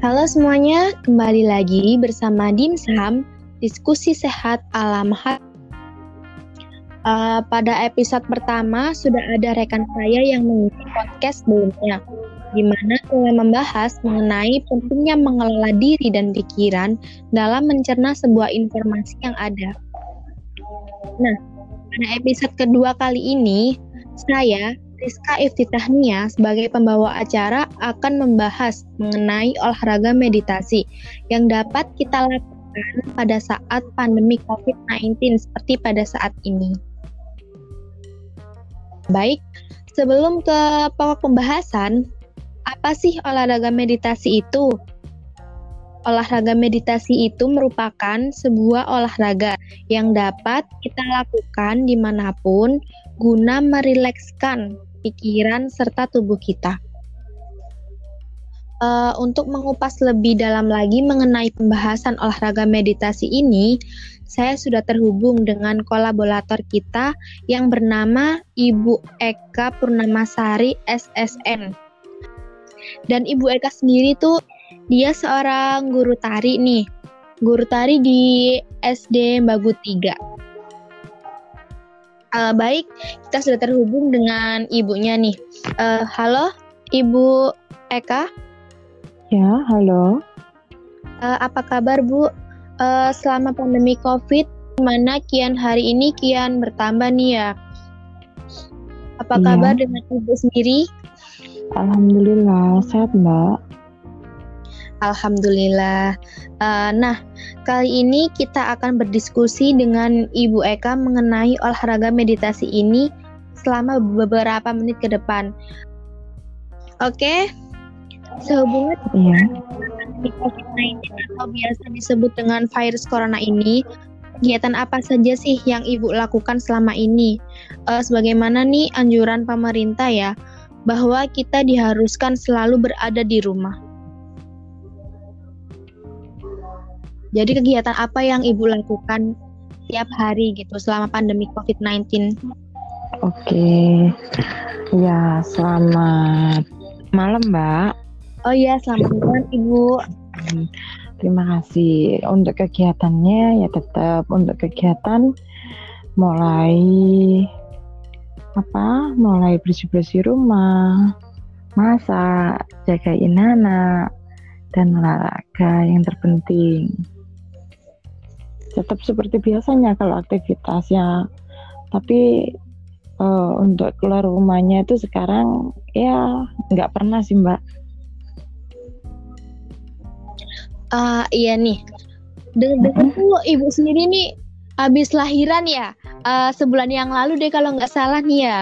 Halo semuanya, kembali lagi bersama Dimsum, diskusi sehat ala Mahat. Pada episode pertama sudah ada rekan saya yang mengisi podcast sebelumnya, di mana mulai membahas mengenai pentingnya mengelola diri dan pikiran dalam mencerna sebuah informasi yang ada. Nah, pada episode kedua kali ini, saya Rizka Iftitahnia sebagai pembawa acara akan membahas mengenai olahraga meditasi yang dapat kita lakukan pada saat pandemi COVID-19 seperti pada saat ini. Baik, sebelum ke pokok pembahasan, apa sih olahraga meditasi itu? Olahraga meditasi itu merupakan sebuah olahraga yang dapat kita lakukan dimanapun guna merilekskan pikiran serta tubuh kita. Untuk mengupas lebih dalam lagi mengenai pembahasan olahraga meditasi ini, saya sudah terhubung dengan kolaborator kita yang bernama Ibu Eka Purnamasari SSN. Dan Ibu Eka sendiri tuh dia seorang guru tari nih, guru tari di SD Mbagu 3. Baik, kita sudah terhubung dengan ibunya nih. Halo, Ibu Eka. Ya, halo. Apa kabar Bu? Selama pandemi COVID, gimana kian hari ini kian bertambah nih ya? Apa kabar dengan Ibu sendiri? Alhamdulillah, sehat Mbak. Alhamdulillah. Nah, kali ini kita akan berdiskusi dengan Ibu Eka mengenai olahraga meditasi ini selama beberapa menit ke depan. Oke, sehubungan dengan pandemi COVID-19 atau biasa disebut dengan virus corona ini, kegiatan apa saja sih yang Ibu lakukan selama ini? Sebagaimana nih anjuran pemerintah ya, bahwa kita diharuskan selalu berada di rumah. Jadi kegiatan apa yang Ibu lakukan tiap hari gitu selama pandemi COVID-19? Oke. Ya, selamat malam Mbak. Oh iya, selamat malam Ibu. Terima kasih. Untuk kegiatannya ya tetap untuk kegiatan mulai bersih-bersih rumah, masak, jagain anak, dan olahraga yang terpenting. Tetap seperti biasanya kalau aktivitasnya, tapi untuk keluar rumahnya itu sekarang ya nggak pernah sih Mbak. Iya nih, dengar tuh Ibu sendiri nih habis lahiran ya, sebulan yang lalu deh kalau nggak salah nih ya.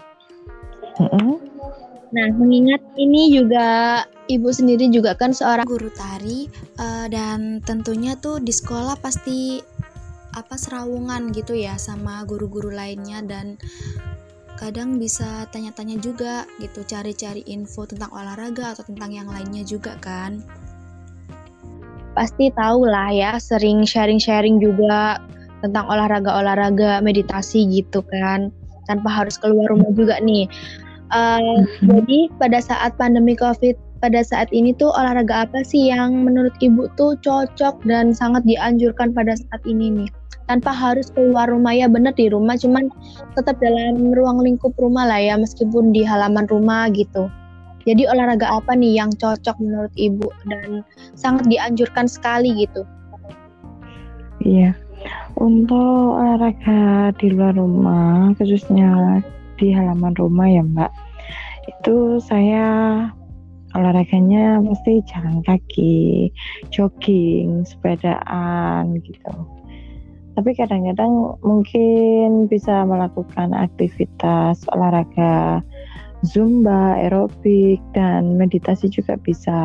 Nah, mengingat ini juga Ibu sendiri juga kan seorang guru tari, dan tentunya tuh di sekolah pasti serawungan gitu ya sama guru-guru lainnya, dan kadang bisa tanya-tanya juga gitu, cari-cari info tentang olahraga atau tentang yang lainnya juga kan. Pasti tahu lah ya, sering sharing-sharing juga tentang olahraga-olahraga meditasi gitu kan, tanpa harus keluar rumah juga nih. Jadi pada saat pandemi COVID pada saat ini tuh olahraga apa sih yang menurut Ibu tuh cocok dan sangat dianjurkan pada saat ini nih? Tanpa harus keluar rumah ya, bener di rumah, cuman tetap dalam ruang lingkup rumah lah ya, meskipun di halaman rumah gitu. Jadi olahraga apa nih yang cocok menurut Ibu dan sangat dianjurkan sekali gitu? Iya, untuk olahraga di luar rumah, khususnya di halaman rumah ya Mbak, itu saya olahraganya pasti jalan kaki, jogging, sepedaan gitu. Tapi kadang-kadang mungkin bisa melakukan aktivitas olahraga zumba, aerobik, dan meditasi juga bisa.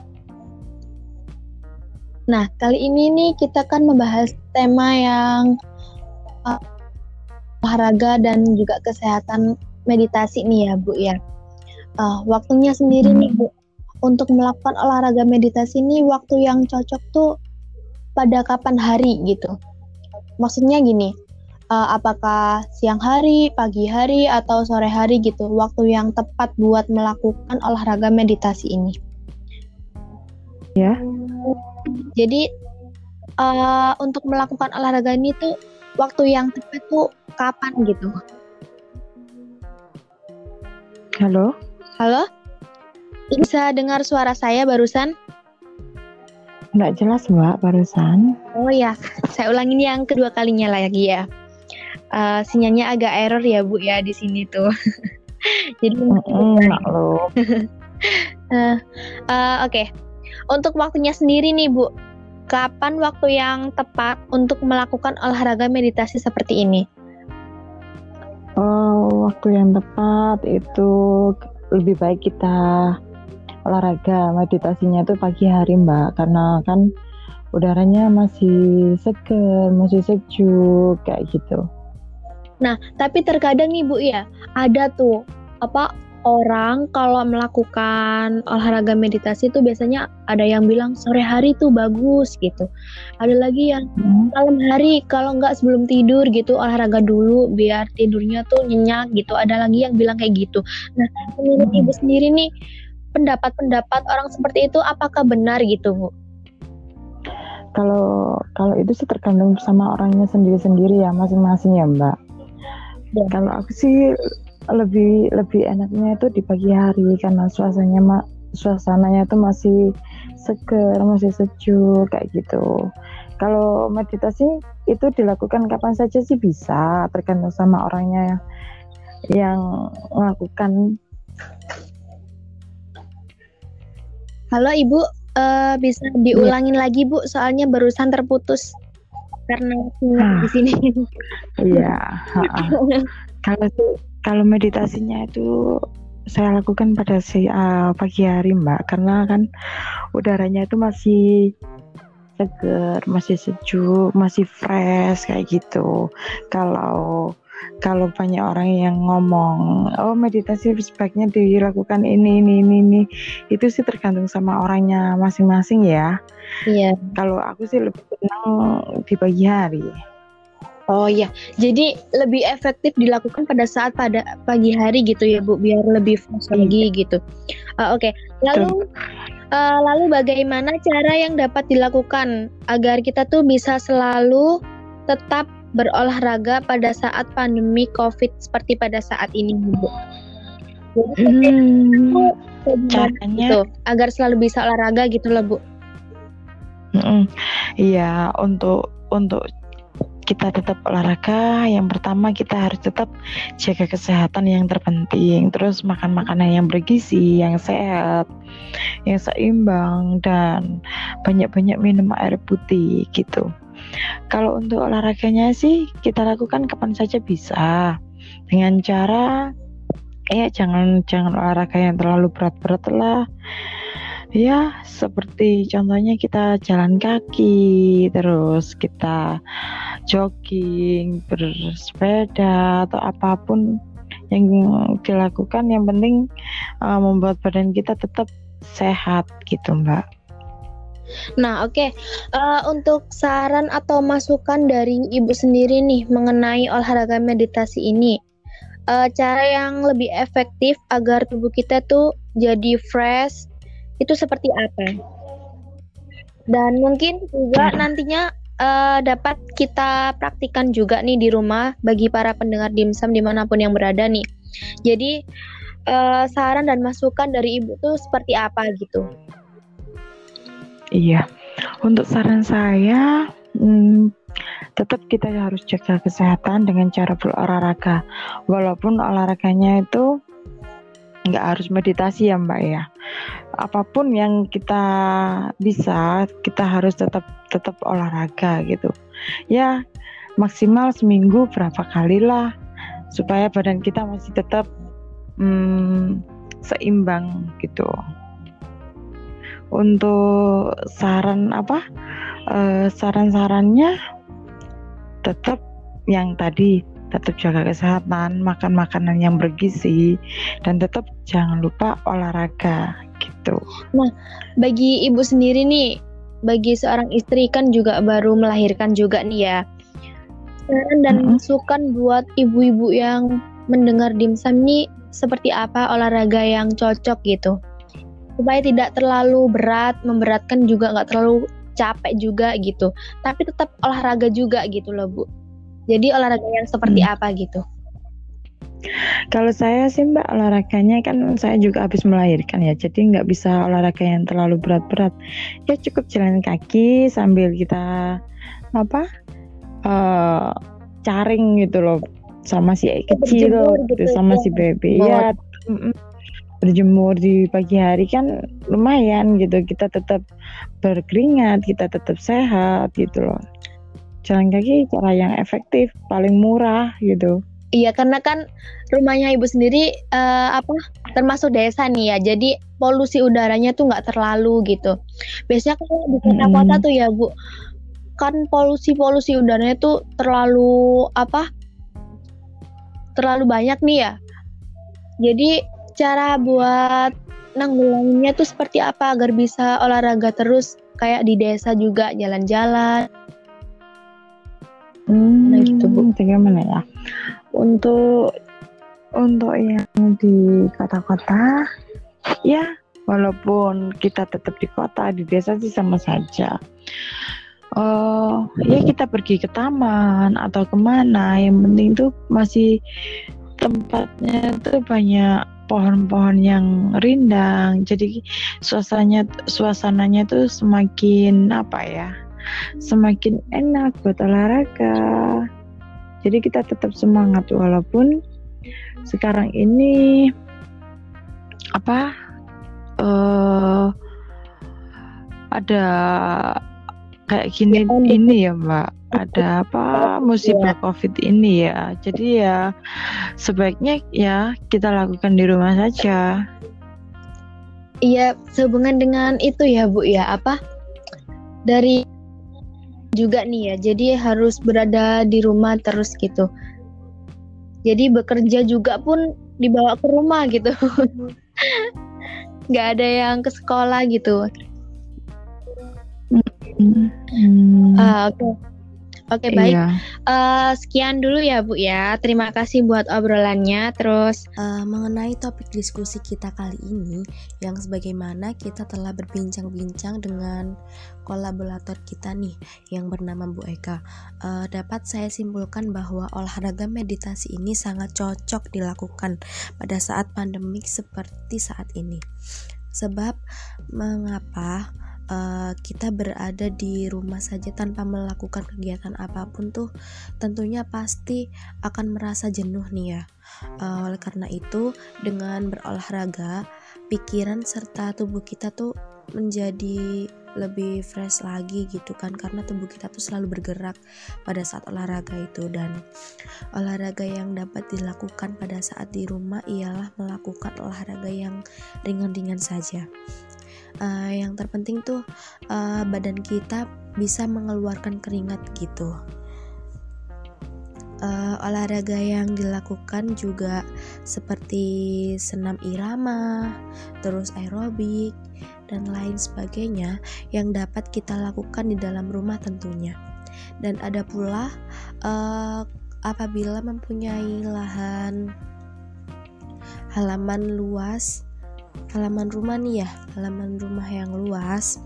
Nah, kali ini nih kita kan membahas tema yang olahraga dan juga kesehatan meditasi nih ya Bu ya. Waktunya sendiri nih Bu, untuk melakukan olahraga meditasi ini waktu yang cocok tuh pada kapan hari gitu? Maksudnya gini, apakah siang hari, pagi hari, atau sore hari gitu, waktu yang tepat buat melakukan olahraga meditasi ini? Ya. Jadi untuk melakukan olahraga ini tuh waktu yang tepat tuh kapan gitu? Halo? Halo? Bisa dengar suara saya barusan? Nggak jelas Mbak barusan. Oh ya, saya ulangin yang kedua kalinya lagi ya. Sinyalnya agak error ya Bu ya di sini tuh. Jadi Maklum. Oke. Untuk waktunya sendiri nih Bu, kapan waktu yang tepat untuk melakukan olahraga meditasi seperti ini? Waktu yang tepat itu lebih baik kita olahraga meditasinya itu pagi hari Mbak, karena kan udaranya masih seger, masih sejuk kayak gitu. Nah, tapi terkadang nih Bu ya, ada tuh orang kalau melakukan olahraga meditasi tuh biasanya ada yang bilang sore hari tuh bagus gitu. Ada lagi yang malam hari kalau nggak sebelum tidur gitu olahraga dulu biar tidurnya tuh nyenyak gitu. Ada lagi yang bilang kayak gitu. Nah, menurut Ibu sendiri nih pendapat-pendapat orang seperti itu apakah benar gitu Bu? Kalau itu sih tergantung sama orangnya sendiri-sendiri ya, masing-masing ya Mbak. Ya. Kalau aku sih lebih enaknya itu di pagi hari karena suasananya itu masih seger, masih sejuk kayak gitu. Kalau meditasi itu dilakukan kapan saja sih bisa, tergantung sama orangnya yang melakukan. Halo Ibu, bisa diulangin lagi Bu, soalnya barusan terputus karena di sini. Iya. Kalau meditasinya itu saya lakukan pada pagi hari Mbak, karena kan udaranya itu masih seger, masih sejuk, masih fresh kayak gitu. Kalau banyak orang yang ngomong, meditasi sebaiknya dilakukan ini, itu sih tergantung sama orangnya masing-masing ya. Iya. Kalau aku sih lebih senang di pagi hari. Oh iya, jadi lebih efektif dilakukan pada pagi hari gitu ya Bu, biar lebih fresh lagi gitu. Oke. Lalu bagaimana cara yang dapat dilakukan agar kita tuh bisa selalu tetap berolahraga pada saat pandemi COVID seperti pada saat ini Bu? Caranya gitu, agar selalu bisa olahraga gitu loh Bu. Iya, untuk kita tetap olahraga, yang pertama kita harus tetap jaga kesehatan yang terpenting, terus makan makanan yang bergizi, yang sehat, yang seimbang, dan banyak-banyak minum air putih gitu. Kalau untuk olahraganya sih kita lakukan kapan saja bisa, dengan cara jangan olahraga yang terlalu berat-berat lah. Ya, seperti contohnya kita jalan kaki, terus kita jogging, bersepeda, atau apapun yang dilakukan, yang penting membuat badan kita tetap sehat gitu Mbak. Nah oke. Untuk saran atau masukan dari Ibu sendiri nih mengenai olahraga meditasi ini, cara yang lebih efektif agar tubuh kita tuh jadi fresh itu seperti apa? Dan mungkin juga nantinya dapat kita praktikan juga nih di rumah bagi para pendengar Dimsum dimanapun yang berada nih. Jadi saran dan masukan dari Ibu tuh seperti apa gitu? Iya, untuk saran saya tetap kita harus jaga kesehatan dengan cara berolahraga, walaupun olahraganya itu nggak harus meditasi ya Mbak ya. Apapun yang kita bisa, kita harus tetap olahraga gitu. Ya, maksimal seminggu berapa kali lah, supaya badan kita masih tetap seimbang gitu. Untuk saran-sarannya tetap yang tadi, tetap jaga kesehatan, makan makanan yang bergizi, dan tetap jangan lupa olahraga gitu. Nah, bagi Ibu sendiri nih, bagi seorang istri kan juga baru melahirkan juga nih ya, saran dan masukan buat ibu-ibu yang mendengar Dimsum nih seperti apa olahraga yang cocok gitu? supaya tidak terlalu berat, memberatkan juga nggak terlalu capek juga gitu. Tapi tetap olahraga juga gitu loh Bu. Jadi olahraga yang seperti apa gitu? Kalau saya sih Mbak, olahraganya kan saya juga habis melahirkan ya, jadi nggak bisa olahraga yang terlalu berat-berat. Ya cukup jalan kaki sambil kita apa caring gitu loh sama si kecil Berjemur gitu, gitu sama ya. si baby Berjemur. ya. Berjemur di pagi hari kan lumayan gitu, kita tetap berkeringat, kita tetap sehat gitu loh. Jalan kaki cara yang efektif, paling murah gitu. Iya, karena kan rumahnya Ibu sendiri termasuk desa nih ya. Jadi polusi udaranya tuh nggak terlalu gitu. Biasanya kalau di kota-kota tuh ya Bu, kan polusi udaranya tuh terlalu banyak nih ya. Jadi cara buat nanggulanginnya tuh seperti apa agar bisa olahraga terus kayak di desa juga jalan-jalan. Nah gitu Bu. Bagaimana ya? Untuk yang di kota-kota, ya walaupun kita tetap di kota, di desa sih sama saja. Ya kita pergi ke taman atau kemana, yang penting tuh masih tempatnya tuh banyak pohon-pohon yang rindang, jadi suasananya tuh semakin semakin enak buat olahraga. Jadi kita tetap semangat walaupun sekarang ini ada kayak gini ini ya Mbak, ada musibah COVID ini ya. Jadi ya sebaiknya ya kita lakukan di rumah saja. Iya, sehubungan dengan itu ya Bu ya, dari juga nih ya, jadi harus berada di rumah terus gitu. Jadi bekerja juga pun dibawa ke rumah gitu. Nggak ada yang ke sekolah gitu. Oke, baik. Iya. Sekian dulu ya Bu ya. Terima kasih buat obrolannya. Terus mengenai topik diskusi kita kali ini, yang sebagaimana kita telah berbincang-bincang dengan kolaborator kita nih yang bernama Bu Eka, dapat saya simpulkan bahwa olahraga meditasi ini sangat cocok dilakukan pada saat pandemik seperti saat ini. Sebab mengapa kita berada di rumah saja tanpa melakukan kegiatan apapun tuh tentunya pasti akan merasa jenuh nih ya. Oleh karena itu, dengan berolahraga, pikiran serta tubuh kita tuh menjadi lebih fresh lagi gitu kan, karena tubuh kita tuh selalu bergerak pada saat olahraga itu. Dan olahraga yang dapat dilakukan pada saat di rumah ialah melakukan olahraga yang ringan-ringan saja. Yang terpenting tuh badan kita bisa mengeluarkan keringat gitu. Olahraga yang dilakukan juga seperti senam irama, terus aerobik, dan lain sebagainya yang dapat kita lakukan di dalam rumah tentunya. Dan ada pula apabila mempunyai halaman rumah yang luas,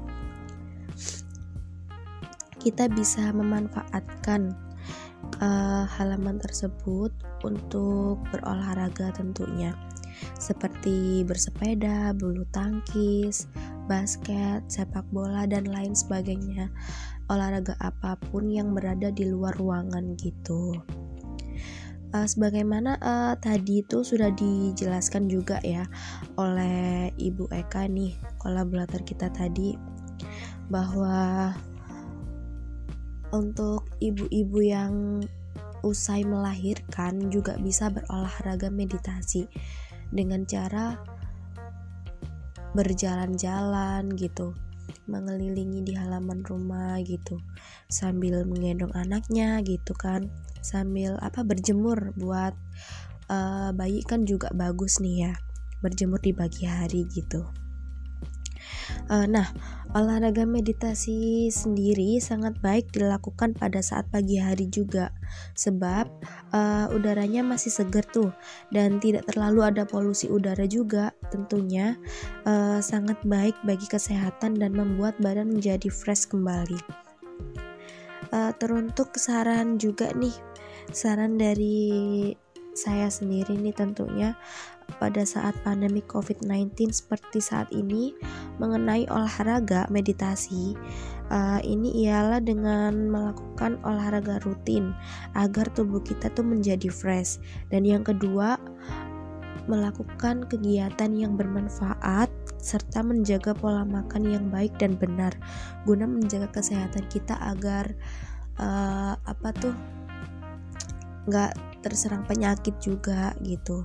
kita bisa memanfaatkan halaman tersebut untuk berolahraga tentunya, seperti bersepeda, bulu tangkis, basket, sepak bola, dan lain sebagainya. Olahraga apapun yang berada di luar ruangan gitu. Sebagaimana tadi itu sudah dijelaskan juga ya oleh Ibu Eka nih, kolaborator kita tadi, bahwa untuk ibu-ibu yang usai melahirkan juga bisa berolahraga meditasi dengan cara berjalan-jalan gitu, mengelilingi di halaman rumah gitu, sambil menggendong anaknya gitu kan, sambil berjemur buat bayi kan juga bagus nih ya, berjemur di pagi hari gitu. Nah, olahraga meditasi sendiri sangat baik dilakukan pada saat pagi hari juga, sebab udaranya masih segar tuh dan tidak terlalu ada polusi udara juga. Tentunya sangat baik bagi kesehatan dan membuat badan menjadi fresh kembali. Teruntuk saran juga nih, saran dari saya sendiri nih tentunya pada saat pandemi COVID-19 seperti saat ini mengenai olahraga meditasi, ini ialah dengan melakukan olahraga rutin agar tubuh kita tuh menjadi fresh. Dan yang kedua, melakukan kegiatan yang bermanfaat serta menjaga pola makan yang baik dan benar guna menjaga kesehatan kita agar nggak terserang penyakit juga gitu.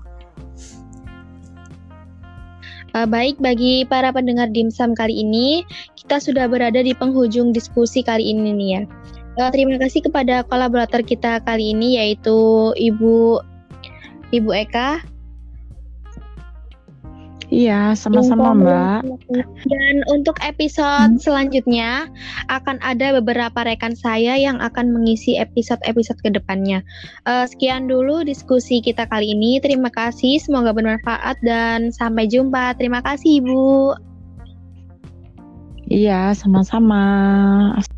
Baik, bagi para pendengar Dimsum kali ini, kita sudah berada di penghujung diskusi kali ini nih ya. Terima kasih kepada kolaborator kita kali ini, yaitu Ibu Eka. Iya, sama-sama Mbak. Dan untuk episode selanjutnya akan ada beberapa rekan saya yang akan mengisi episode-episode kedepannya. Sekian dulu diskusi kita kali ini. Terima kasih, semoga bermanfaat dan sampai jumpa. Terima kasih Ibu. Iya, sama-sama.